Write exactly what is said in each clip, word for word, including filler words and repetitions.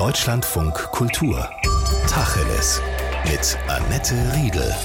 Deutschlandfunk Kultur. Tacheles. Mit Annette Riedel.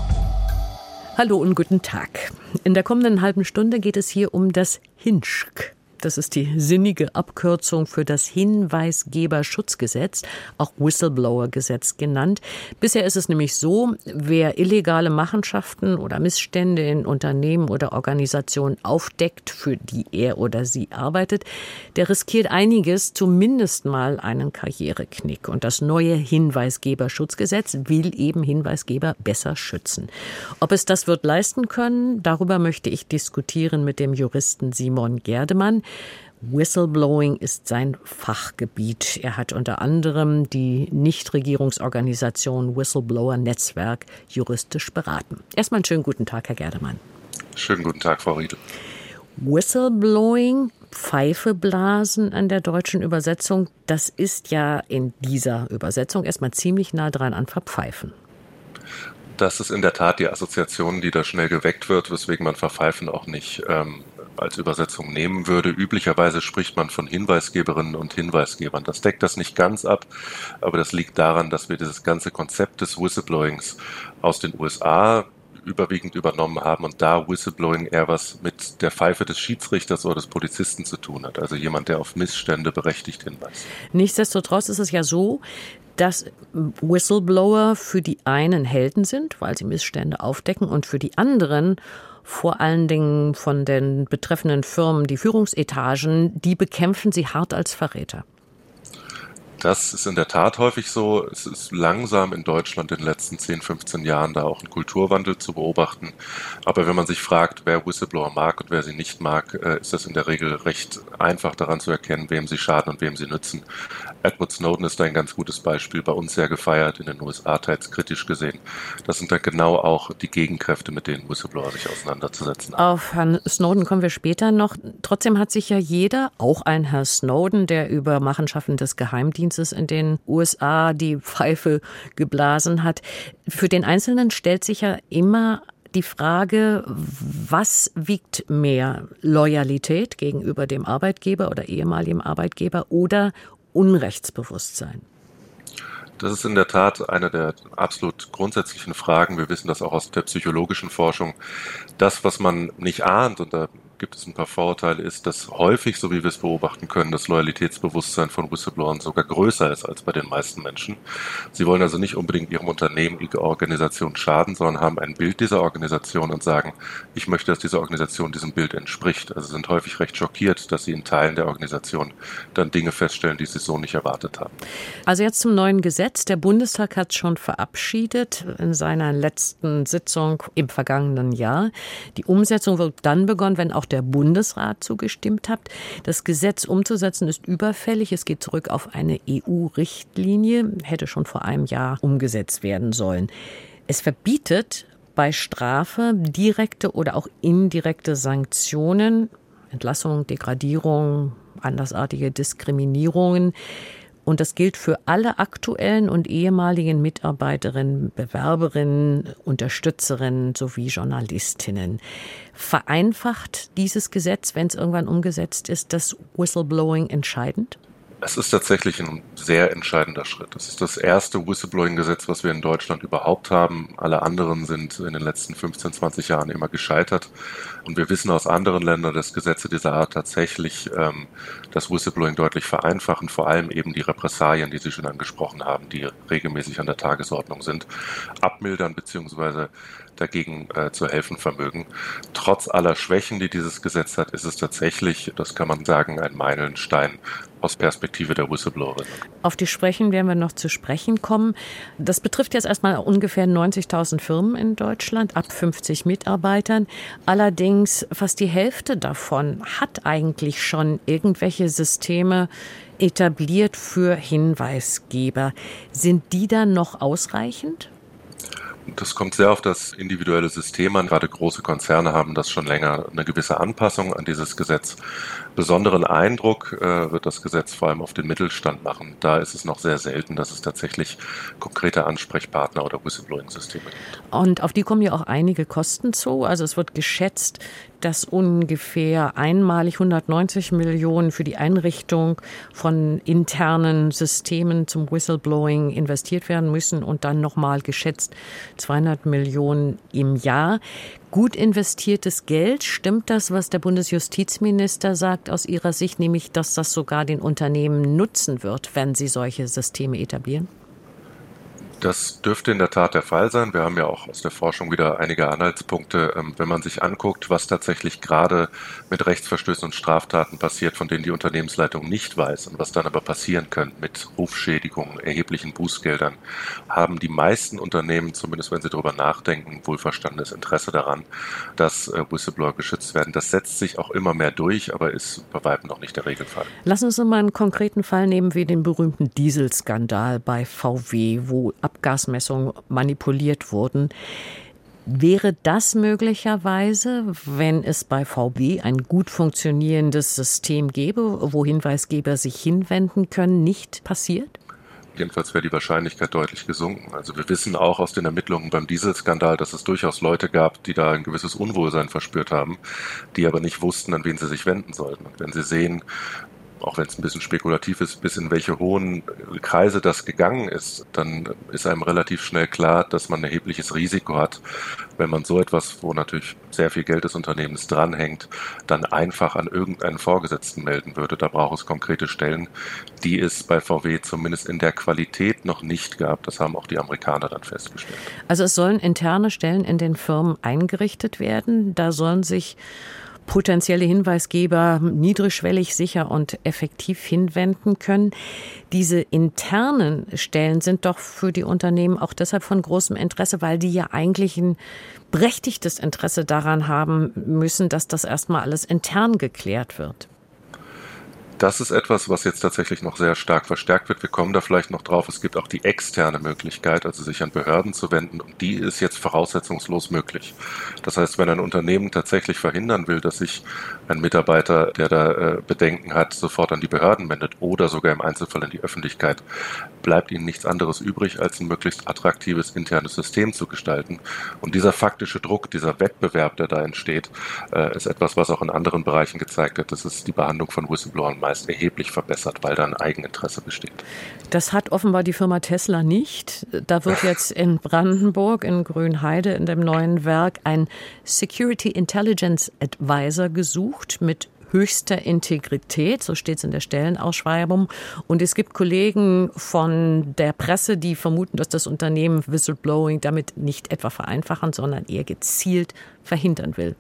Hallo und guten Tag. In der kommenden halben Stunde geht es hier um das Hinschk. Das ist die sinnige Abkürzung für das Hinweisgeberschutzgesetz, auch Whistleblower-Gesetz genannt. Bisher ist es nämlich so, wer illegale Machenschaften oder Missstände in Unternehmen oder Organisationen aufdeckt, für die er oder sie arbeitet, der riskiert einiges, zumindest mal einen Karriereknick. Und das neue Hinweisgeberschutzgesetz will eben Hinweisgeber besser schützen. Ob es das wird leisten können, darüber möchte ich diskutieren mit dem Juristen Simon Gerdemann. Whistleblowing ist sein Fachgebiet. Er hat unter anderem die Nichtregierungsorganisation Whistleblower Netzwerk juristisch beraten. Erstmal einen schönen guten Tag, Herr Gerdemann. Schönen guten Tag, Frau Riedel. Whistleblowing, Pfeifeblasen an der deutschen Übersetzung, das ist ja in dieser Übersetzung erstmal ziemlich nah dran an Verpfeifen. Das ist in der Tat die Assoziation, die da schnell geweckt wird, weswegen man Verpfeifen auch nicht ähm, als Übersetzung nehmen würde. Üblicherweise spricht man von Hinweisgeberinnen und Hinweisgebern. Das deckt das nicht ganz ab, aber das liegt daran, dass wir dieses ganze Konzept des Whistleblowings aus den U S A überwiegend übernommen haben und da Whistleblowing eher was mit der Pfeife des Schiedsrichters oder des Polizisten zu tun hat. Also jemand, der auf Missstände berechtigt hinweist. Nichtsdestotrotz ist es ja so, dass Whistleblower für die einen Helden sind, weil sie Missstände aufdecken, und für die anderen, vor allen Dingen von den betreffenden Firmen, die Führungsetagen, die bekämpfen sie hart als Verräter. Das ist in der Tat häufig so. Es ist langsam in Deutschland in den letzten zehn, fünfzehn Jahren da auch ein Kulturwandel zu beobachten. Aber wenn man sich fragt, wer Whistleblower mag und wer sie nicht mag, ist das in der Regel recht einfach daran zu erkennen, wem sie schaden und wem sie nützen. Edward Snowden ist ein ganz gutes Beispiel, bei uns sehr gefeiert, in den U S A teils kritisch gesehen. Das sind dann genau auch die Gegenkräfte, mit denen Whistleblower sich auseinanderzusetzen haben. Auf Herrn Snowden kommen wir später noch. Trotzdem hat sich ja jeder, auch ein Herr Snowden, der über Machenschaften des Geheimdienstes in den U S A die Pfeife geblasen hat. Für den Einzelnen stellt sich ja immer die Frage, was wiegt mehr? Loyalität gegenüber dem Arbeitgeber oder ehemaligem Arbeitgeber oder Unrechtsbewusstsein? Das ist in der Tat eine der absolut grundsätzlichen Fragen. Wir wissen das auch aus der psychologischen Forschung. Das, was man nicht ahnt, und da gibt es ein paar Vorurteile, ist, dass häufig, so wie wir es beobachten können, das Loyalitätsbewusstsein von Whistleblowern sogar größer ist als bei den meisten Menschen. Sie wollen also nicht unbedingt ihrem Unternehmen, ihrer Organisation schaden, sondern haben ein Bild dieser Organisation und sagen, ich möchte, dass diese Organisation diesem Bild entspricht. Also sind häufig recht schockiert, dass sie in Teilen der Organisation dann Dinge feststellen, die sie so nicht erwartet haben. Also jetzt zum neuen Gesetz. Der Bundestag hat es schon verabschiedet in seiner letzten Sitzung im vergangenen Jahr. Die Umsetzung wird dann begonnen, wenn auch der Bundesrat zugestimmt hat. Das Gesetz umzusetzen ist überfällig. Es geht zurück auf eine E U-Richtlinie, hätte schon vor einem Jahr umgesetzt werden sollen. Es verbietet bei Strafe direkte oder auch indirekte Sanktionen, Entlassung, Degradierung, andersartige Diskriminierungen. Und das gilt für alle aktuellen und ehemaligen Mitarbeiterinnen, Bewerberinnen, Unterstützerinnen sowie Journalistinnen. Vereinfacht dieses Gesetz, wenn es irgendwann umgesetzt ist, das Whistleblowing entscheidend? Es ist tatsächlich ein sehr entscheidender Schritt. Es ist das erste Whistleblowing-Gesetz, was wir in Deutschland überhaupt haben. Alle anderen sind in den letzten fünfzehn, zwanzig Jahren immer gescheitert. Und wir wissen aus anderen Ländern, dass Gesetze dieser Art tatsächlich ähm, das Whistleblowing deutlich vereinfachen, vor allem eben die Repressalien, die Sie schon angesprochen haben, die regelmäßig an der Tagesordnung sind, abmildern bzw. dagegen äh, zu helfen vermögen. Trotz aller Schwächen, die dieses Gesetz hat, ist es tatsächlich, das kann man sagen, ein Meilenstein aus Perspektive der Whistleblowerin. Auf die Schwächen werden wir noch zu sprechen kommen. Das betrifft jetzt erstmal ungefähr neunzigtausend Firmen in Deutschland, ab fünfzig Mitarbeitern. Allerdings fast die Hälfte davon hat eigentlich schon irgendwelche Systeme etabliert für Hinweisgeber. Sind die dann noch ausreichend? Das kommt sehr auf das individuelle System an. Gerade große Konzerne haben das schon länger, eine gewisse Anpassung an dieses Gesetz. Besonderen Eindruck äh, wird das Gesetz vor allem auf den Mittelstand machen. Da ist es noch sehr selten, dass es tatsächlich konkrete Ansprechpartner oder Whistleblowing-Systeme gibt. Und auf die kommen ja auch einige Kosten zu. Also es wird geschätzt, dass ungefähr einmalig hundertneunzig Millionen für die Einrichtung von internen Systemen zum Whistleblowing investiert werden müssen und dann nochmal geschätzt zweihundert Millionen im Jahr. Gut investiertes Geld, stimmt das, was der Bundesjustizminister sagt aus Ihrer Sicht, nämlich, dass das sogar den Unternehmen nutzen wird, wenn sie solche Systeme etablieren? Das dürfte in der Tat der Fall sein. Wir haben ja auch aus der Forschung wieder einige Anhaltspunkte. Wenn man sich anguckt, was tatsächlich gerade mit Rechtsverstößen und Straftaten passiert, von denen die Unternehmensleitung nicht weiß und was dann aber passieren könnte mit Rufschädigungen, erheblichen Bußgeldern, haben die meisten Unternehmen, zumindest wenn sie darüber nachdenken, wohlverstandenes Interesse daran, dass Whistleblower geschützt werden. Das setzt sich auch immer mehr durch, aber ist bei weitem noch nicht der Regelfall. Lassen Sie uns mal einen konkreten Fall nehmen, wie den berühmten Dieselskandal bei V W, wo Abgasmessungen manipuliert wurden. Wäre das möglicherweise, wenn es bei V W ein gut funktionierendes System gäbe, wo Hinweisgeber sich hinwenden können, nicht passiert? Jedenfalls wäre die Wahrscheinlichkeit deutlich gesunken. Also wir wissen auch aus den Ermittlungen beim Dieselskandal, dass es durchaus Leute gab, die da ein gewisses Unwohlsein verspürt haben, die aber nicht wussten, an wen sie sich wenden sollten. Und wenn sie sehen, auch wenn es ein bisschen spekulativ ist, bis in welche hohen Kreise das gegangen ist, dann ist einem relativ schnell klar, dass man ein erhebliches Risiko hat, wenn man so etwas, wo natürlich sehr viel Geld des Unternehmens dranhängt, dann einfach an irgendeinen Vorgesetzten melden würde. Da braucht es konkrete Stellen, die es bei V W zumindest in der Qualität noch nicht gab. Das haben auch die Amerikaner dann festgestellt. Also es sollen interne Stellen in den Firmen eingerichtet werden. Da sollen sich potenzielle Hinweisgeber niedrigschwellig, sicher und effektiv hinwenden können. Diese internen Stellen sind doch für die Unternehmen auch deshalb von großem Interesse, weil die ja eigentlich ein berechtigtes Interesse daran haben müssen, dass das erstmal alles intern geklärt wird. Das ist etwas, was jetzt tatsächlich noch sehr stark verstärkt wird. Wir kommen da vielleicht noch drauf. Es gibt auch die externe Möglichkeit, also sich an Behörden zu wenden. Und die ist jetzt voraussetzungslos möglich. Das heißt, wenn ein Unternehmen tatsächlich verhindern will, dass sich ein Mitarbeiter, der da äh, Bedenken hat, sofort an die Behörden wendet oder sogar im Einzelfall in die Öffentlichkeit, bleibt ihnen nichts anderes übrig, als ein möglichst attraktives internes System zu gestalten. Und dieser faktische Druck, dieser Wettbewerb, der da entsteht, äh, ist etwas, was auch in anderen Bereichen gezeigt hat, dass es die Behandlung von Whistleblowern meist erheblich verbessert, weil da ein Eigeninteresse besteht. Das hat offenbar die Firma Tesla nicht. Da wird jetzt in Brandenburg, in Grünheide, in dem neuen Werk ein Security Intelligence Advisor gesucht mit höchster Integrität, so steht es in der Stellenausschreibung. Und es gibt Kollegen von der Presse, die vermuten, dass das Unternehmen Whistleblowing damit nicht etwa vereinfachen, sondern eher gezielt verhindern will.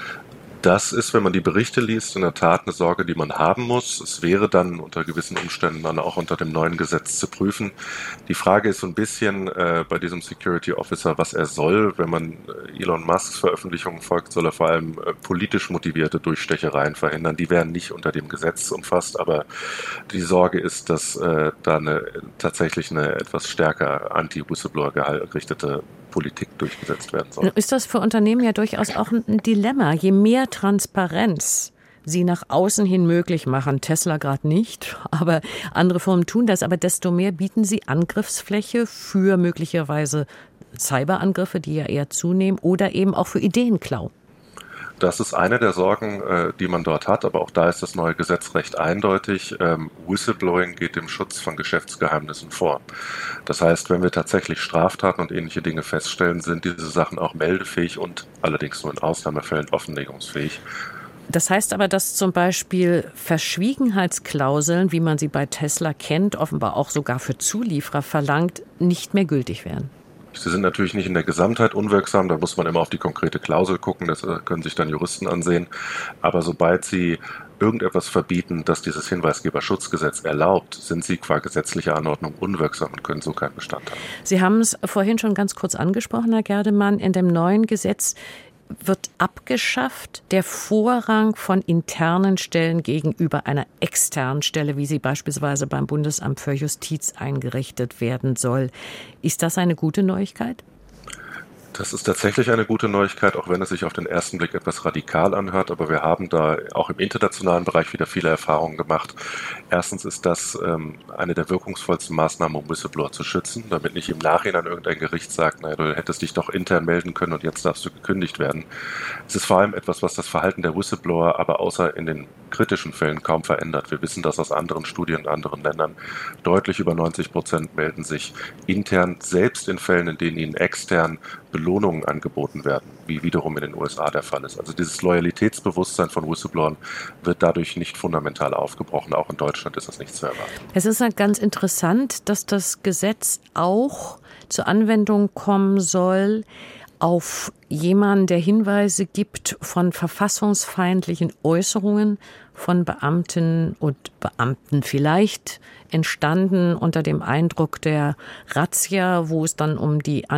Das ist, wenn man die Berichte liest, in der Tat eine Sorge, die man haben muss. Es wäre dann unter gewissen Umständen dann auch unter dem neuen Gesetz zu prüfen. Die Frage ist so ein bisschen äh, bei diesem Security Officer, was er soll. Wenn man Elon Musks Veröffentlichungen folgt, soll er vor allem äh, politisch motivierte Durchstechereien verhindern. Die werden nicht unter dem Gesetz umfasst, aber die Sorge ist, dass äh, da eine, tatsächlich eine etwas stärker anti-Whistleblower gerichtete Politik durchgesetzt werden soll. Ist das für Unternehmen ja durchaus auch ein Dilemma. Je mehr Transparenz sie nach außen hin möglich machen, Tesla gerade nicht, aber andere Firmen tun das, aber desto mehr bieten sie Angriffsfläche für möglicherweise Cyberangriffe, die ja eher zunehmen, oder eben auch für Ideenklau. Das ist eine der Sorgen, die man dort hat, aber auch da ist das neue Gesetz recht eindeutig. Whistleblowing geht dem Schutz von Geschäftsgeheimnissen vor. Das heißt, wenn wir tatsächlich Straftaten und ähnliche Dinge feststellen, sind diese Sachen auch meldefähig und allerdings nur in Ausnahmefällen offenlegungsfähig. Das heißt aber, dass zum Beispiel Verschwiegenheitsklauseln, wie man sie bei Tesla kennt, offenbar auch sogar für Zulieferer verlangt, nicht mehr gültig wären. Sie sind natürlich nicht in der Gesamtheit unwirksam, da muss man immer auf die konkrete Klausel gucken, das können sich dann Juristen ansehen. Aber sobald Sie irgendetwas verbieten, das dieses Hinweisgeberschutzgesetz erlaubt, sind sie qua gesetzlicher Anordnung unwirksam und können so keinen Bestand haben. Sie haben es vorhin schon ganz kurz angesprochen, Herr Gerdemann, in dem neuen Gesetz wird abgeschafft der Vorrang von internen Stellen gegenüber einer externen Stelle, wie sie beispielsweise beim Bundesamt für Justiz eingerichtet werden soll. Ist das eine gute Neuigkeit? Das ist tatsächlich eine gute Neuigkeit, auch wenn es sich auf den ersten Blick etwas radikal anhört. Aber wir haben da auch im internationalen Bereich wieder viele Erfahrungen gemacht. Erstens ist das ähm, eine der wirkungsvollsten Maßnahmen, um Whistleblower zu schützen, damit nicht im Nachhinein irgendein Gericht sagt, naja, du hättest dich doch intern melden können und jetzt darfst du gekündigt werden. Es ist vor allem etwas, was das Verhalten der Whistleblower aber außer in den kritischen Fällen kaum verändert. Wir wissen das aus anderen Studien in anderen Ländern. Deutlich über neunzig Prozent melden sich intern, selbst in Fällen, in denen ihnen extern Belohnungen angeboten werden, wie wiederum in den U S A der Fall ist. Also dieses Loyalitätsbewusstsein von Whistleblowern wird dadurch nicht fundamental aufgebrochen. Auch in Deutschland ist das nicht zu erwarten. Es ist halt ganz interessant, dass das Gesetz auch zur Anwendung kommen soll auf jemanden, der Hinweise gibt von verfassungsfeindlichen Äußerungen von Beamtinnen und Beamten. Vielleicht entstanden unter dem Eindruck der Razzia, wo es dann um die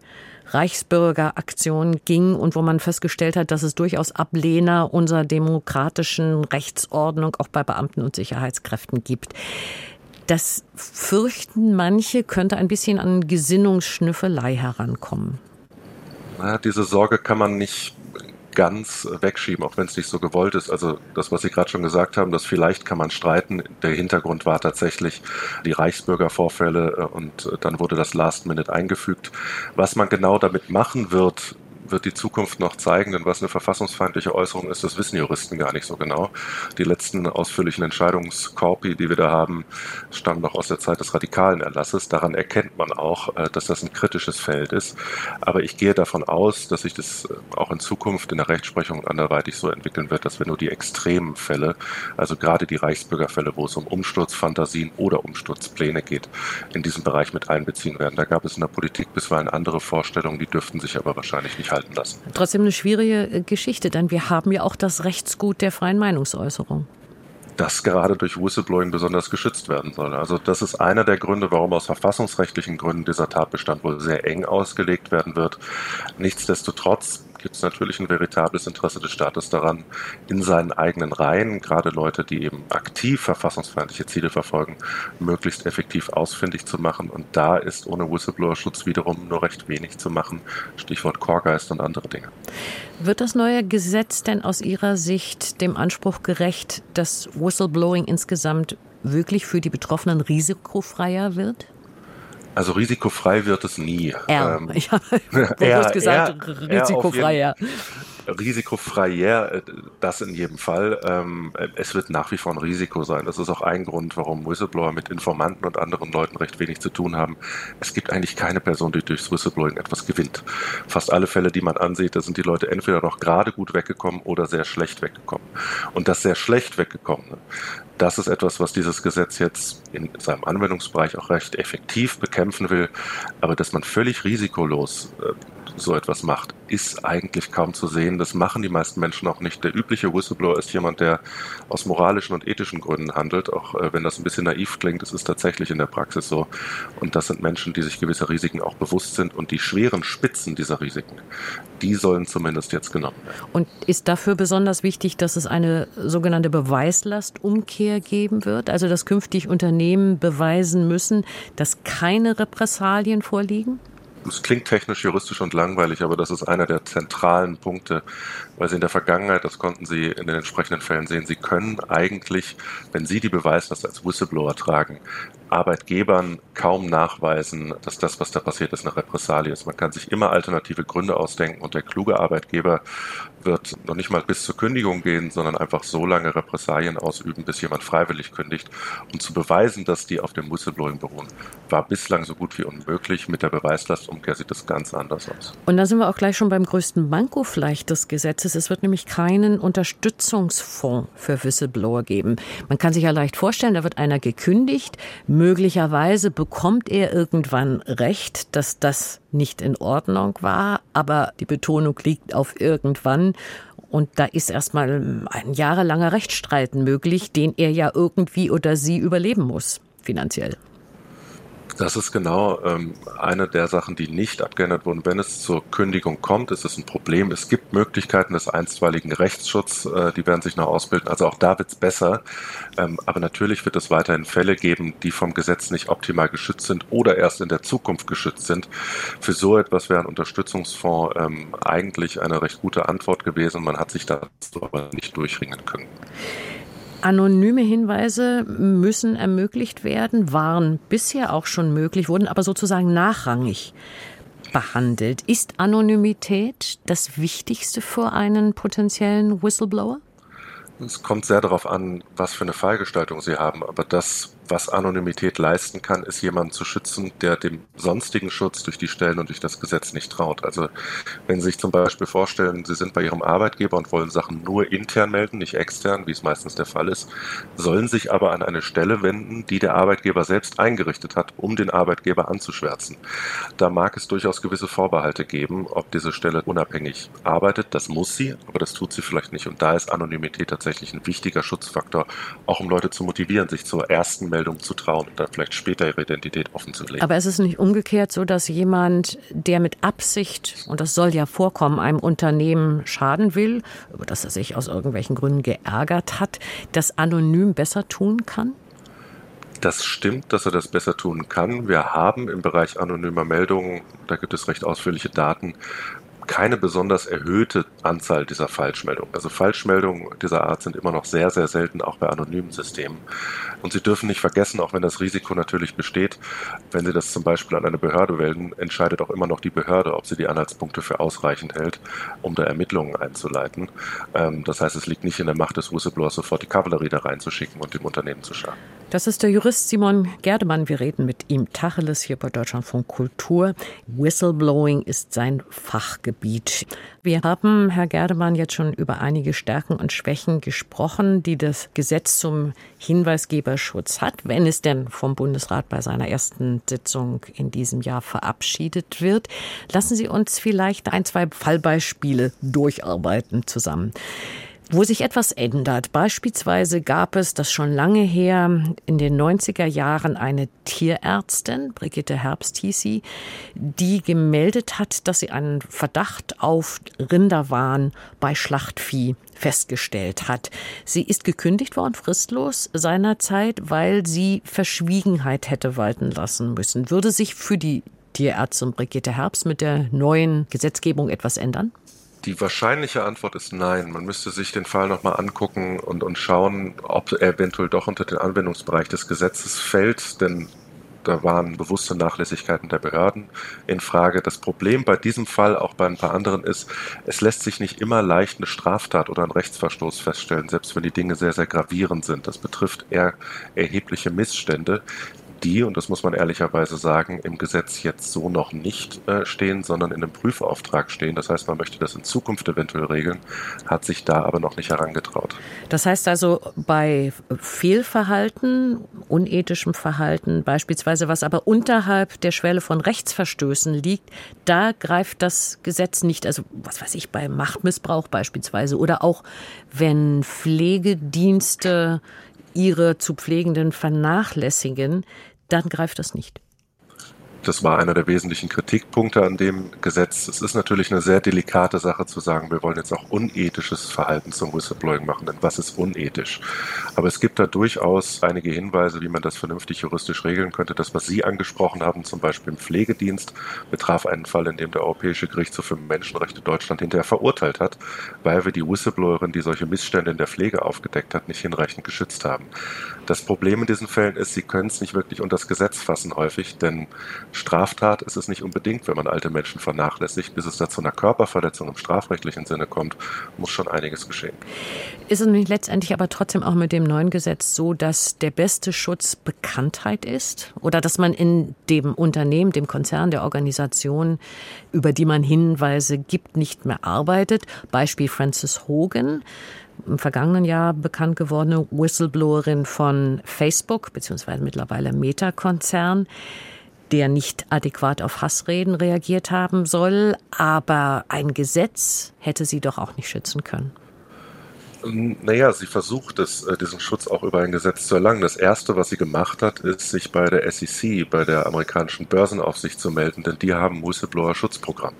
Anti-Reichsbürger-Aktion ging und wo man festgestellt hat, dass es durchaus Ablehner unserer demokratischen Rechtsordnung auch bei Beamten und Sicherheitskräften gibt. Das fürchten manche, könnte ein bisschen an Gesinnungsschnüffelei herankommen. Na, diese Sorge kann man nicht ganz wegschieben, auch wenn es nicht so gewollt ist. Also das, was Sie gerade schon gesagt haben, das vielleicht kann man streiten. Der Hintergrund war tatsächlich die Reichsbürgervorfälle und dann wurde das Last Minute eingefügt. Was man genau damit machen wird, wird die Zukunft noch zeigen, denn was eine verfassungsfeindliche Äußerung ist, das wissen Juristen gar nicht so genau. Die letzten ausführlichen Entscheidungskorpi, die wir da haben, stammen noch aus der Zeit des radikalen Erlasses. Daran erkennt man auch, dass das ein kritisches Feld ist. Aber ich gehe davon aus, dass sich das auch in Zukunft in der Rechtsprechung und anderweitig so entwickeln wird, dass wir nur die extremen Fälle, also gerade die Reichsbürgerfälle, wo es um Umsturzfantasien oder Umsturzpläne geht, in diesem Bereich mit einbeziehen werden. Da gab es in der Politik bisweilen andere Vorstellungen, die dürften sich aber wahrscheinlich nicht halten lassen. Trotzdem eine schwierige Geschichte, denn wir haben ja auch das Rechtsgut der freien Meinungsäußerung. Das gerade durch Whistleblowing besonders geschützt werden soll. Also das ist einer der Gründe, warum aus verfassungsrechtlichen Gründen dieser Tatbestand wohl sehr eng ausgelegt werden wird. Nichtsdestotrotz gibt es natürlich ein veritables Interesse des Staates daran, in seinen eigenen Reihen, gerade Leute, die eben aktiv verfassungsfeindliche Ziele verfolgen, möglichst effektiv ausfindig zu machen. Und da ist ohne Whistleblower-Schutz wiederum nur recht wenig zu machen. Stichwort Korpsgeist und andere Dinge. Wird das neue Gesetz denn aus Ihrer Sicht dem Anspruch gerecht, dass Whistleblowing insgesamt wirklich für die Betroffenen risikofreier wird? Also risikofrei wird es nie. R. Ähm, ich habe bewusst gesagt, R, risikofreier. Risikofreier, das in jedem Fall. Es wird nach wie vor ein Risiko sein. Das ist auch ein Grund, warum Whistleblower mit Informanten und anderen Leuten recht wenig zu tun haben. Es gibt eigentlich keine Person, die durchs Whistleblowing etwas gewinnt. Fast alle Fälle, die man ansieht, da sind die Leute entweder noch gerade gut weggekommen oder sehr schlecht weggekommen. Und das sehr schlecht weggekommene, das ist etwas, was dieses Gesetz jetzt in seinem Anwendungsbereich auch recht effektiv bekämpfen will. Aber dass man völlig risikolos äh, so etwas macht, ist eigentlich kaum zu sehen. Das machen die meisten Menschen auch nicht. Der übliche Whistleblower ist jemand, der aus moralischen und ethischen Gründen handelt, auch äh, wenn das ein bisschen naiv klingt. Es ist tatsächlich in der Praxis so. Und das sind Menschen, die sich gewisser Risiken auch bewusst sind. Und die schweren Spitzen dieser Risiken, die sollen zumindest jetzt genommen werden. Und ist dafür besonders wichtig, dass es eine sogenannte Beweislastumkehr geben wird? Also dass künftig Unternehmen beweisen müssen, dass keine Repressalien vorliegen? Es klingt technisch, juristisch und langweilig, aber das ist einer der zentralen Punkte, weil Sie in der Vergangenheit, das konnten Sie in den entsprechenden Fällen sehen, Sie können eigentlich, wenn Sie die Beweislast als Whistleblower tragen, Arbeitgebern kaum nachweisen, dass das, was da passiert ist, eine Repressalie ist. Man kann sich immer alternative Gründe ausdenken und der kluge Arbeitgeber wird noch nicht mal bis zur Kündigung gehen, sondern einfach so lange Repressalien ausüben, bis jemand freiwillig kündigt. Und zu beweisen, dass die auf dem Whistleblowing beruhen, war bislang so gut wie unmöglich. Mit der Beweislastumkehr sieht das ganz anders aus. Und da sind wir auch gleich schon beim größten Manko vielleicht des Gesetzes. Es wird nämlich keinen Unterstützungsfonds für Whistleblower geben. Man kann sich ja leicht vorstellen, da wird einer gekündigt. Möglicherweise bekommt er irgendwann Recht, dass das nicht in Ordnung war, aber die Betonung liegt auf irgendwann. Und da ist erstmal ein jahrelanger Rechtsstreit möglich, den er ja irgendwie oder sie überleben muss, finanziell. Das ist genau ähm, eine der Sachen, die nicht abgeändert wurden. Wenn es zur Kündigung kommt, ist es ein Problem. Es gibt Möglichkeiten des einstweiligen Rechtsschutzes, äh, die werden sich noch ausbilden. Also auch da wird es besser. Ähm, aber natürlich wird es weiterhin Fälle geben, die vom Gesetz nicht optimal geschützt sind oder erst in der Zukunft geschützt sind. Für so etwas wäre ein Unterstützungsfonds ähm, eigentlich eine recht gute Antwort gewesen. Man hat sich dazu aber nicht durchringen können. Anonyme Hinweise müssen ermöglicht werden, waren bisher auch schon möglich, wurden aber sozusagen nachrangig behandelt. Ist Anonymität das Wichtigste für einen potenziellen Whistleblower? Es kommt sehr darauf an, was für eine Fallgestaltung Sie haben, aber das, was Anonymität leisten kann, ist jemanden zu schützen, der dem sonstigen Schutz durch die Stellen und durch das Gesetz nicht traut. Also wenn Sie sich zum Beispiel vorstellen, Sie sind bei Ihrem Arbeitgeber und wollen Sachen nur intern melden, nicht extern, wie es meistens der Fall ist, sollen sich aber an eine Stelle wenden, die der Arbeitgeber selbst eingerichtet hat, um den Arbeitgeber anzuschwärzen. Da mag es durchaus gewisse Vorbehalte geben, ob diese Stelle unabhängig arbeitet. Das muss sie, aber das tut sie vielleicht nicht. Und da ist Anonymität tatsächlich ein wichtiger Schutzfaktor, auch um Leute zu motivieren, sich zur ersten Meldung zu trauen und dann vielleicht später ihre Identität offenzulegen. Aber ist es nicht umgekehrt so, dass jemand, der mit Absicht, und das soll ja vorkommen, einem Unternehmen schaden will, über das er sich aus irgendwelchen Gründen geärgert hat, das anonym besser tun kann? Das stimmt, dass er das besser tun kann. Wir haben im Bereich anonymer Meldungen, da gibt es recht ausführliche Daten, keine besonders erhöhte Anzahl dieser Falschmeldungen. Also Falschmeldungen dieser Art sind immer noch sehr, sehr selten, auch bei anonymen Systemen. Und Sie dürfen nicht vergessen, auch wenn das Risiko natürlich besteht, wenn Sie das zum Beispiel an eine Behörde melden, entscheidet auch immer noch die Behörde, ob sie die Anhaltspunkte für ausreichend hält, um da Ermittlungen einzuleiten. Das heißt, es liegt nicht in der Macht des Whistleblowers, sofort die Kavallerie da reinzuschicken und dem Unternehmen zu schaden. Das ist der Jurist Simon Gerdemann. Wir reden mit ihm Tacheles hier bei Deutschlandfunk Kultur. Whistleblowing ist sein Fachgebiet. Wir haben, Herr Gerdemann, jetzt schon über einige Stärken und Schwächen gesprochen, die das Gesetz zum Hinweisgeberschutz hat, wenn es denn vom Bundesrat bei seiner ersten Sitzung in diesem Jahr verabschiedet wird. Lassen Sie uns vielleicht ein, zwei Fallbeispiele durcharbeiten zusammen. Wo sich etwas ändert. Beispielsweise gab es, das schon lange her, in den neunziger Jahren eine Tierärztin, Brigitte Herbst hieß sie, die gemeldet hat, dass sie einen Verdacht auf Rinderwahn bei Schlachtvieh festgestellt hat. Sie ist gekündigt worden, fristlos seinerzeit, weil sie Verschwiegenheit hätte walten lassen müssen. Würde sich für die Tierärztin Brigitte Herbst mit der neuen Gesetzgebung etwas ändern? Die wahrscheinliche Antwort ist nein. Man müsste sich den Fall nochmal angucken und, und schauen, ob er eventuell doch unter den Anwendungsbereich des Gesetzes fällt, denn da waren bewusste Nachlässigkeiten der Behörden in Frage. Das Problem bei diesem Fall, auch bei ein paar anderen, ist, es lässt sich nicht immer leicht eine Straftat oder einen Rechtsverstoß feststellen, selbst wenn die Dinge sehr, sehr gravierend sind. Das betrifft eher erhebliche Missstände, die, und das muss man ehrlicherweise sagen, im Gesetz jetzt so noch nicht äh, stehen, sondern in einem Prüfauftrag stehen. Das heißt, man möchte das in Zukunft eventuell regeln, hat sich da aber noch nicht herangetraut. Das heißt also, bei Fehlverhalten, unethischem Verhalten beispielsweise, was aber unterhalb der Schwelle von Rechtsverstößen liegt, da greift das Gesetz nicht. Also was weiß ich, bei Machtmissbrauch beispielsweise oder auch wenn Pflegedienste ihre zu Pflegenden vernachlässigen, dann greift das nicht. Das war einer der wesentlichen Kritikpunkte an dem Gesetz. Es ist natürlich eine sehr delikate Sache zu sagen, wir wollen jetzt auch unethisches Verhalten zum Whistleblowing machen, denn was ist unethisch? Aber es gibt da durchaus einige Hinweise, wie man das vernünftig juristisch regeln könnte. Das, was Sie angesprochen haben, zum Beispiel im Pflegedienst, betraf einen Fall, in dem der Europäische Gerichtshof für Menschenrechte Deutschland hinterher verurteilt hat, weil wir die Whistleblowerin, die solche Missstände in der Pflege aufgedeckt hat, nicht hinreichend geschützt haben. Das Problem in diesen Fällen ist, Sie können es nicht wirklich unter das Gesetz fassen häufig, denn Straftat ist es nicht unbedingt, wenn man alte Menschen vernachlässigt. Bis es da zu einer Körperverletzung im strafrechtlichen Sinne kommt, muss schon einiges geschehen. Ist es nicht letztendlich aber trotzdem auch mit dem neuen Gesetz so, dass der beste Schutz Bekanntheit ist? Oder dass man in dem Unternehmen, dem Konzern, der Organisation, über die man Hinweise gibt, nicht mehr arbeitet? Beispiel Frances Hogan, im vergangenen Jahr bekannt gewordene Whistleblowerin von Facebook, beziehungsweise mittlerweile Meta-Konzern, der nicht adäquat auf Hassreden reagiert haben soll. Aber ein Gesetz hätte sie doch auch nicht schützen können. Naja, sie versucht es, diesen Schutz auch über ein Gesetz zu erlangen. Das Erste, was sie gemacht hat, ist, sich bei der S E C, bei der amerikanischen Börsenaufsicht zu melden, denn die haben ein Whistleblower-Schutzprogramm,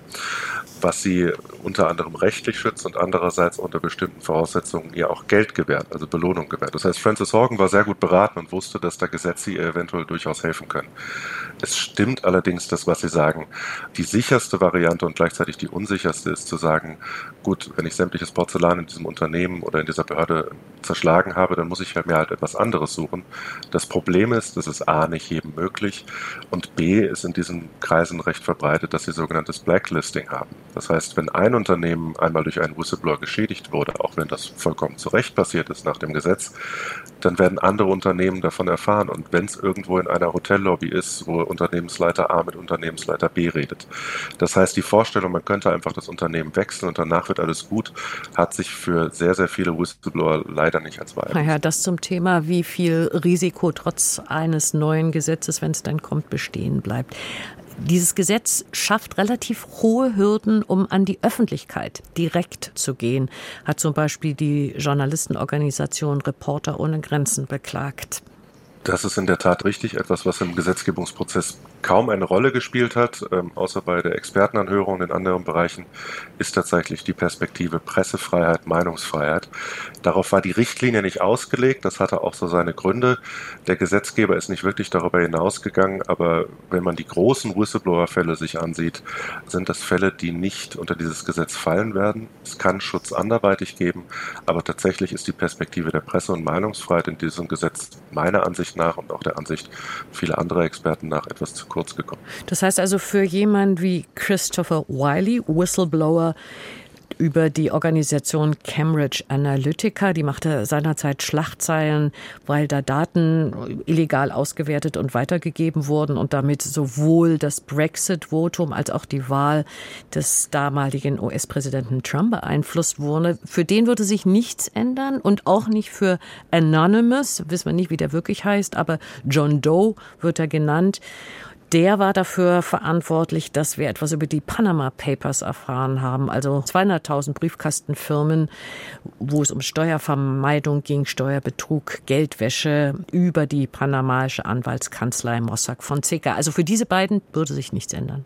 was sie unter anderem rechtlich schützt und andererseits unter bestimmten Voraussetzungen ihr auch Geld gewährt, also Belohnung gewährt. Das heißt, Frances Haugen war sehr gut beraten und wusste, dass da Gesetze ihr eventuell durchaus helfen können. Es stimmt allerdings, das, was Sie sagen. Die sicherste Variante und gleichzeitig die unsicherste ist zu sagen, gut, wenn ich sämtliches Porzellan in diesem Unternehmen oder in dieser Behörde zerschlagen habe, dann muss ich mir halt etwas anderes suchen. Das Problem ist, das ist A, nicht jedem möglich und B, ist in diesen Kreisen recht verbreitet, dass sie sogenanntes Blacklisting haben. Das heißt, wenn ein Unternehmen einmal durch einen Whistleblower geschädigt wurde, auch wenn das vollkommen zu Recht passiert ist nach dem Gesetz, dann werden andere Unternehmen davon erfahren. Und wenn es irgendwo in einer Hotellobby ist, wo Unternehmensleiter A mit Unternehmensleiter B redet. Das heißt, die Vorstellung, man könnte einfach das Unternehmen wechseln und danach wird alles gut, hat sich für sehr, sehr viele Whistleblower leider nicht als wahr erwiesen. Naja, das zum Thema, wie viel Risiko trotz eines neuen Gesetzes, wenn es dann kommt, bestehen bleibt. Dieses Gesetz schafft relativ hohe Hürden, um an die Öffentlichkeit direkt zu gehen, hat zum Beispiel die Journalistenorganisation Reporter ohne Grenzen beklagt. Das ist in der Tat richtig, etwas, was im Gesetzgebungsprozess kaum eine Rolle gespielt hat, ähm, außer bei der Expertenanhörung in anderen Bereichen, ist tatsächlich die Perspektive Pressefreiheit, Meinungsfreiheit. Darauf war die Richtlinie nicht ausgelegt, das hatte auch so seine Gründe. Der Gesetzgeber ist nicht wirklich darüber hinausgegangen, aber wenn man die großen Whistleblower-Fälle sich ansieht, sind das Fälle, die nicht unter dieses Gesetz fallen werden. Es kann Schutz anderweitig geben, aber tatsächlich ist die Perspektive der Presse- und Meinungsfreiheit in diesem Gesetz meiner Ansicht nach und auch der Ansicht vieler anderer Experten nach etwas zu kurz gekommen. Das heißt also für jemanden wie Christopher Wiley, Whistleblower über die Organisation Cambridge Analytica, die machte seinerzeit Schlagzeilen, weil da Daten illegal ausgewertet und weitergegeben wurden und damit sowohl das Brexit-Votum als auch die Wahl des damaligen U S-Präsidenten Trump beeinflusst wurde. Für den würde sich nichts ändern und auch nicht für Anonymous, wissen wir nicht, wie der wirklich heißt, aber John Doe wird er genannt. Der war dafür verantwortlich, dass wir etwas über die Panama Papers erfahren haben, also zweihunderttausend Briefkastenfirmen, wo es um Steuervermeidung ging, Steuerbetrug, Geldwäsche über die panamaische Anwaltskanzlei Mossack Fonseca. Also für diese beiden würde sich nichts ändern.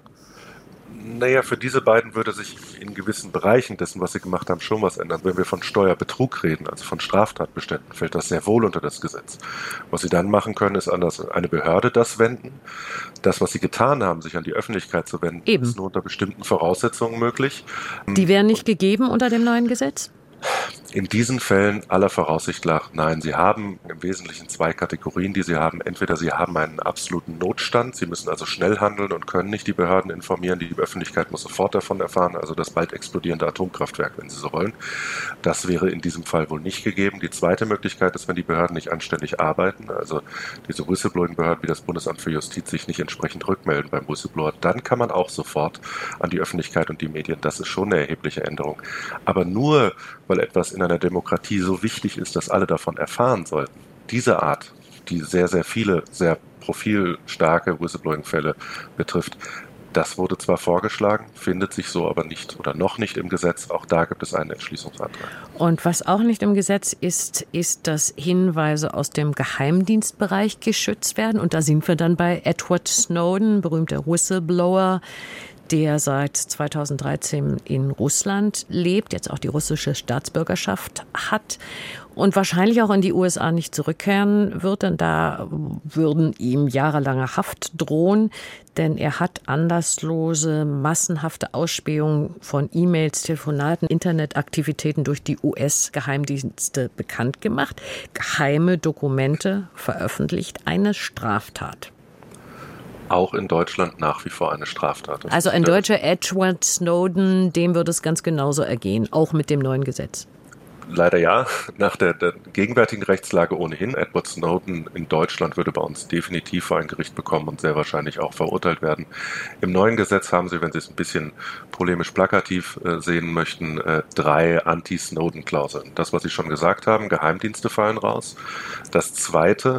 Naja, für diese beiden würde sich in gewissen Bereichen dessen, was sie gemacht haben, schon was ändern. Wenn wir von Steuerbetrug reden, also von Straftatbeständen, fällt das sehr wohl unter das Gesetz. Was sie dann machen können, ist an das, eine Behörde das wenden. Das, was sie getan haben, sich an die Öffentlichkeit zu wenden, Eben. ist nur unter bestimmten Voraussetzungen möglich. Die wären nicht gegeben unter dem neuen Gesetz? In diesen Fällen aller Voraussicht nach nein. Sie haben im Wesentlichen zwei Kategorien, die Sie haben. Entweder Sie haben einen absoluten Notstand, Sie müssen also schnell handeln und können nicht die Behörden informieren. Die Öffentlichkeit muss sofort davon erfahren, also das bald explodierende Atomkraftwerk, wenn Sie so wollen. Das wäre in diesem Fall wohl nicht gegeben. Die zweite Möglichkeit ist, wenn die Behörden nicht anständig arbeiten, also diese Whistleblowing-Behörden wie das Bundesamt für Justiz sich nicht entsprechend rückmelden beim Whistleblower, dann kann man auch sofort an die Öffentlichkeit und die Medien. Das ist schon eine erhebliche Änderung. Aber nur, weil etwas in einer Demokratie so wichtig ist, dass alle davon erfahren sollten. Diese Art, die sehr, sehr viele, sehr profilstarke Whistleblowing-Fälle betrifft, das wurde zwar vorgeschlagen, findet sich so aber nicht oder noch nicht im Gesetz. Auch da gibt es einen Entschließungsantrag. Und was auch nicht im Gesetz ist, ist, dass Hinweise aus dem Geheimdienstbereich geschützt werden. Und da sind wir dann bei Edward Snowden, berühmter Whistleblower, der seit zweitausenddreizehn in Russland lebt, jetzt auch die russische Staatsbürgerschaft hat und wahrscheinlich auch in die U S A nicht zurückkehren wird, denn da würden ihm jahrelange Haft drohen, denn er hat anlasslose, massenhafte Ausspähungen von E-Mails, Telefonaten, Internetaktivitäten durch die U S-Geheimdienste bekannt gemacht, geheime Dokumente veröffentlicht, eine Straftat. Auch in Deutschland nach wie vor eine Straftat. Das also ein deutscher Edward Snowden, dem würde es ganz genauso ergehen, auch mit dem neuen Gesetz. Leider ja, nach der, der gegenwärtigen Rechtslage ohnehin. Edward Snowden in Deutschland würde bei uns definitiv vor ein Gericht bekommen und sehr wahrscheinlich auch verurteilt werden. Im neuen Gesetz haben Sie, wenn Sie es ein bisschen polemisch plakativ äh, sehen möchten, äh, drei Anti-Snowden-Klauseln. Das, was Sie schon gesagt haben, Geheimdienste fallen raus. Das Zweite,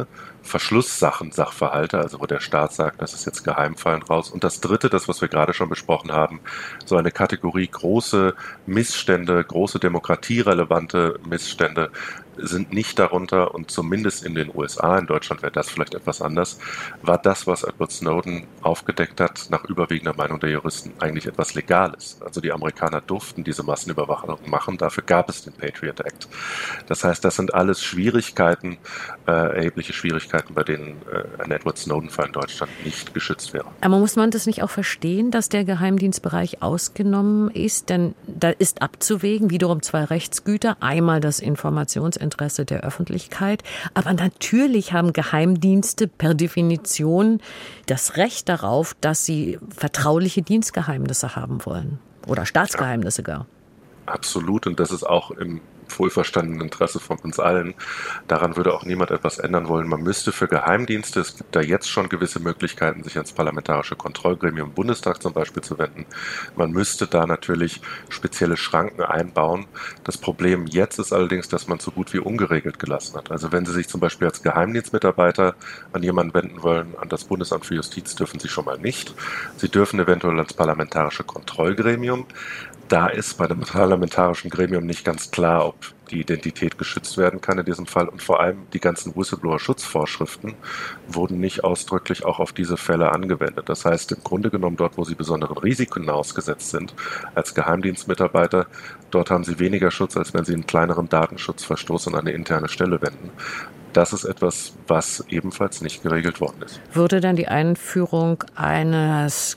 Verschlusssachen, Sachverhalte, also wo der Staat sagt, das ist jetzt geheim, fallen raus. Und das Dritte, das, was wir gerade schon besprochen haben, so eine Kategorie große Missstände, große demokratierelevante Missstände sind nicht darunter, und zumindest in den U S A, in Deutschland wäre das vielleicht etwas anders, war das, was Edward Snowden aufgedeckt hat, nach überwiegender Meinung der Juristen eigentlich etwas Legales. Also die Amerikaner durften diese Massenüberwachung machen, dafür gab es den Patriot Act. Das heißt, das sind alles Schwierigkeiten, äh, erhebliche Schwierigkeiten, bei denen äh, ein Edward Snowden-Fall in Deutschland nicht geschützt wäre. Aber muss man das nicht auch verstehen, dass der Geheimdienstbereich ausgenommen ist? Denn da ist abzuwägen wiederum zwei Rechtsgüter. Einmal das Informationsinteresse der Öffentlichkeit. Aber natürlich haben Geheimdienste per Definition das Recht darauf, dass sie vertrauliche Dienstgeheimnisse haben wollen. Oder Staatsgeheimnisse gar. Absolut. Und das ist auch im wohlverstandenen Interesse von uns allen. Daran würde auch niemand etwas ändern wollen. Man müsste für Geheimdienste, es gibt da jetzt schon gewisse Möglichkeiten, sich ans parlamentarische Kontrollgremium im Bundestag zum Beispiel zu wenden. Man müsste da natürlich spezielle Schranken einbauen. Das Problem jetzt ist allerdings, dass man so gut wie ungeregelt gelassen hat. Also wenn Sie sich zum Beispiel als Geheimdienstmitarbeiter an jemanden wenden wollen, an das Bundesamt für Justiz, dürfen Sie schon mal nicht. Sie dürfen eventuell ans parlamentarische Kontrollgremium. Da ist bei dem parlamentarischen Gremium nicht ganz klar, ob die Identität geschützt werden kann in diesem Fall. Und vor allem die ganzen Whistleblower-Schutzvorschriften wurden nicht ausdrücklich auch auf diese Fälle angewendet. Das heißt, im Grunde genommen dort, wo sie besonderen Risiken ausgesetzt sind, als Geheimdienstmitarbeiter, dort haben sie weniger Schutz, als wenn sie einen kleineren Datenschutzverstoß an eine interne Stelle wenden. Das ist etwas, was ebenfalls nicht geregelt worden ist. Würde dann die Einführung eines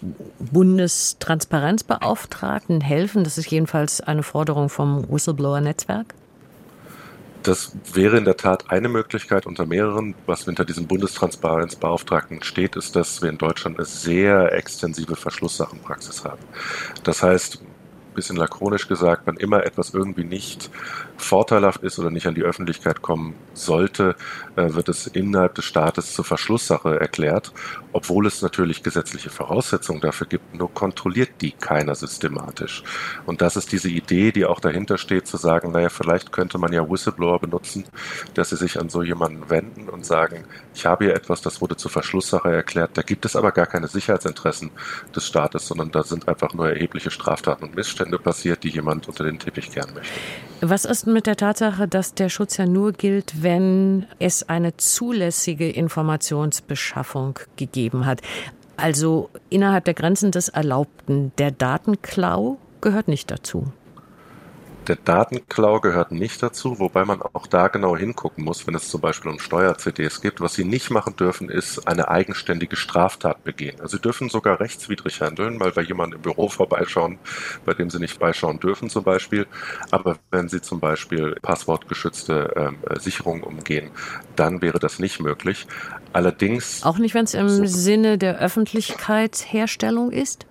Bundestransparenzbeauftragten helfen? Das ist jedenfalls eine Forderung vom Whistleblower-Netzwerk. Das wäre in der Tat eine Möglichkeit unter mehreren. Was hinter diesem Bundestransparenzbeauftragten steht, ist, dass wir in Deutschland eine sehr extensive Verschlusssachenpraxis haben. Das heißt, ein bisschen lakonisch gesagt, wenn immer etwas irgendwie nicht vorteilhaft ist oder nicht an die Öffentlichkeit kommen sollte, wird es innerhalb des Staates zur Verschlusssache erklärt, obwohl es natürlich gesetzliche Voraussetzungen dafür gibt, nur kontrolliert die keiner systematisch. Und das ist diese Idee, die auch dahinter steht, zu sagen, naja, vielleicht könnte man ja Whistleblower benutzen, dass sie sich an so jemanden wenden und sagen, ich habe hier etwas, das wurde zur Verschlusssache erklärt, da gibt es aber gar keine Sicherheitsinteressen des Staates, sondern da sind einfach nur erhebliche Straftaten und Missstände passiert, die jemand unter den Teppich kehren möchte. Was ist mit der Tatsache, dass der Schutz ja nur gilt, wenn es eine zulässige Informationsbeschaffung gegeben hat? Also innerhalb der Grenzen des Erlaubten. Der Datenklau gehört nicht dazu. Der Datenklau gehört nicht dazu, wobei man auch da genau hingucken muss, wenn es zum Beispiel um Steuer-C Ds geht. Was sie nicht machen dürfen, ist eine eigenständige Straftat begehen. Also sie dürfen sogar rechtswidrig handeln, mal bei jemandem im Büro vorbeischauen, bei dem sie nicht beischauen dürfen zum Beispiel. Aber wenn sie zum Beispiel passwortgeschützte ähm, Sicherungen umgehen, dann wäre das nicht möglich. Allerdings... Auch nicht, wenn es im so Sinne der Öffentlichkeitsherstellung ist?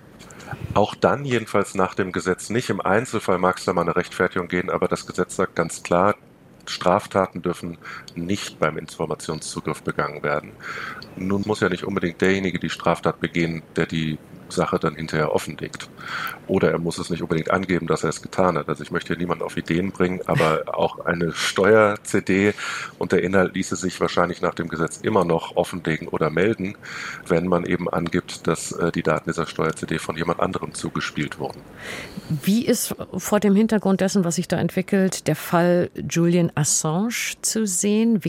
Auch dann jedenfalls nach dem Gesetz nicht. Im Einzelfall mag es da mal eine Rechtfertigung gehen, aber das Gesetz sagt ganz klar, Straftaten dürfen nicht beim Informationszugriff begangen werden. Nun muss ja nicht unbedingt derjenige die Straftat begehen, der die Sache dann hinterher offenlegt. Oder er muss es nicht unbedingt angeben, dass er es getan hat. Also ich möchte hier niemanden auf Ideen bringen, aber auch eine Steuer-C D und der Inhalt ließe sich wahrscheinlich nach dem Gesetz immer noch offenlegen oder melden, wenn man eben angibt, dass äh, die Daten dieser Steuer-C D von jemand anderem zugespielt wurden. Wie ist vor dem Hintergrund dessen, was sich da entwickelt, der Fall Julian Assange zu sehen,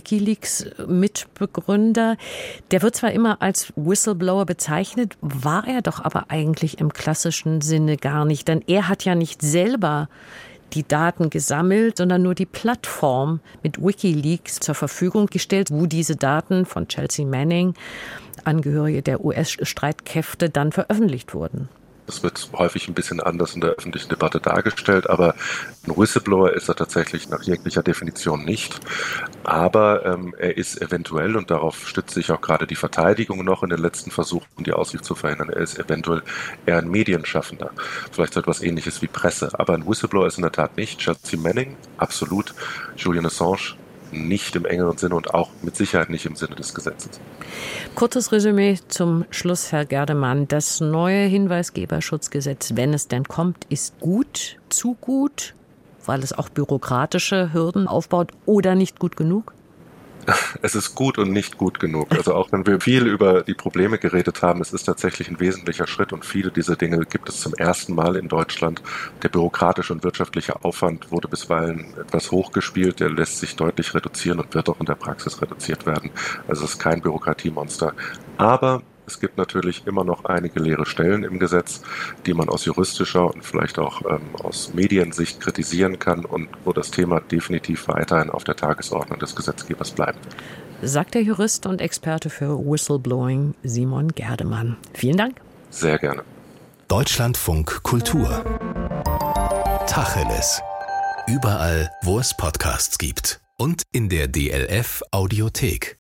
WikiLeaks-Mitbegründer? Der wird zwar immer als Whistleblower bezeichnet, war er doch aber eigentlich im klassischen Sinne gar nicht. Denn er hat ja nicht selber die Daten gesammelt, sondern nur die Plattform mit WikiLeaks zur Verfügung gestellt, wo diese Daten von Chelsea Manning, Angehörige der U S-Streitkräfte, dann veröffentlicht wurden. Das wird häufig ein bisschen anders in der öffentlichen Debatte dargestellt, aber ein Whistleblower ist er tatsächlich nach jeglicher Definition nicht. Aber ähm, er ist eventuell, und darauf stützt sich auch gerade die Verteidigung noch in den letzten Versuchen, die Aussicht zu verhindern, er ist eventuell eher ein Medienschaffender. Vielleicht so etwas Ähnliches wie Presse. Aber ein Whistleblower ist in der Tat nicht. Chelsea Manning, absolut. Julian Assange, nicht im engeren Sinne und auch mit Sicherheit nicht im Sinne des Gesetzes. Kurzes Resümee zum Schluss, Herr Gerdemann. Das neue Hinweisgeberschutzgesetz, wenn es denn kommt, ist gut, zu gut, weil es auch bürokratische Hürden aufbaut oder nicht gut genug? Es ist gut und nicht gut genug. Also auch wenn wir viel über die Probleme geredet haben, es ist tatsächlich ein wesentlicher Schritt und viele dieser Dinge gibt es zum ersten Mal in Deutschland. Der bürokratische und wirtschaftliche Aufwand wurde bisweilen etwas hochgespielt, der lässt sich deutlich reduzieren und wird auch in der Praxis reduziert werden. Also es ist kein Bürokratiemonster. Aber es gibt natürlich immer noch einige leere Stellen im Gesetz, die man aus juristischer und vielleicht auch ähm, aus Mediensicht kritisieren kann und wo das Thema definitiv weiterhin auf der Tagesordnung des Gesetzgebers bleiben wird. Sagt der Jurist und Experte für Whistleblowing Simon Gerdemann. Vielen Dank. Sehr gerne. Deutschlandfunk Kultur. Tacheles. Überall, wo es Podcasts gibt. Und in der D L F Audiothek.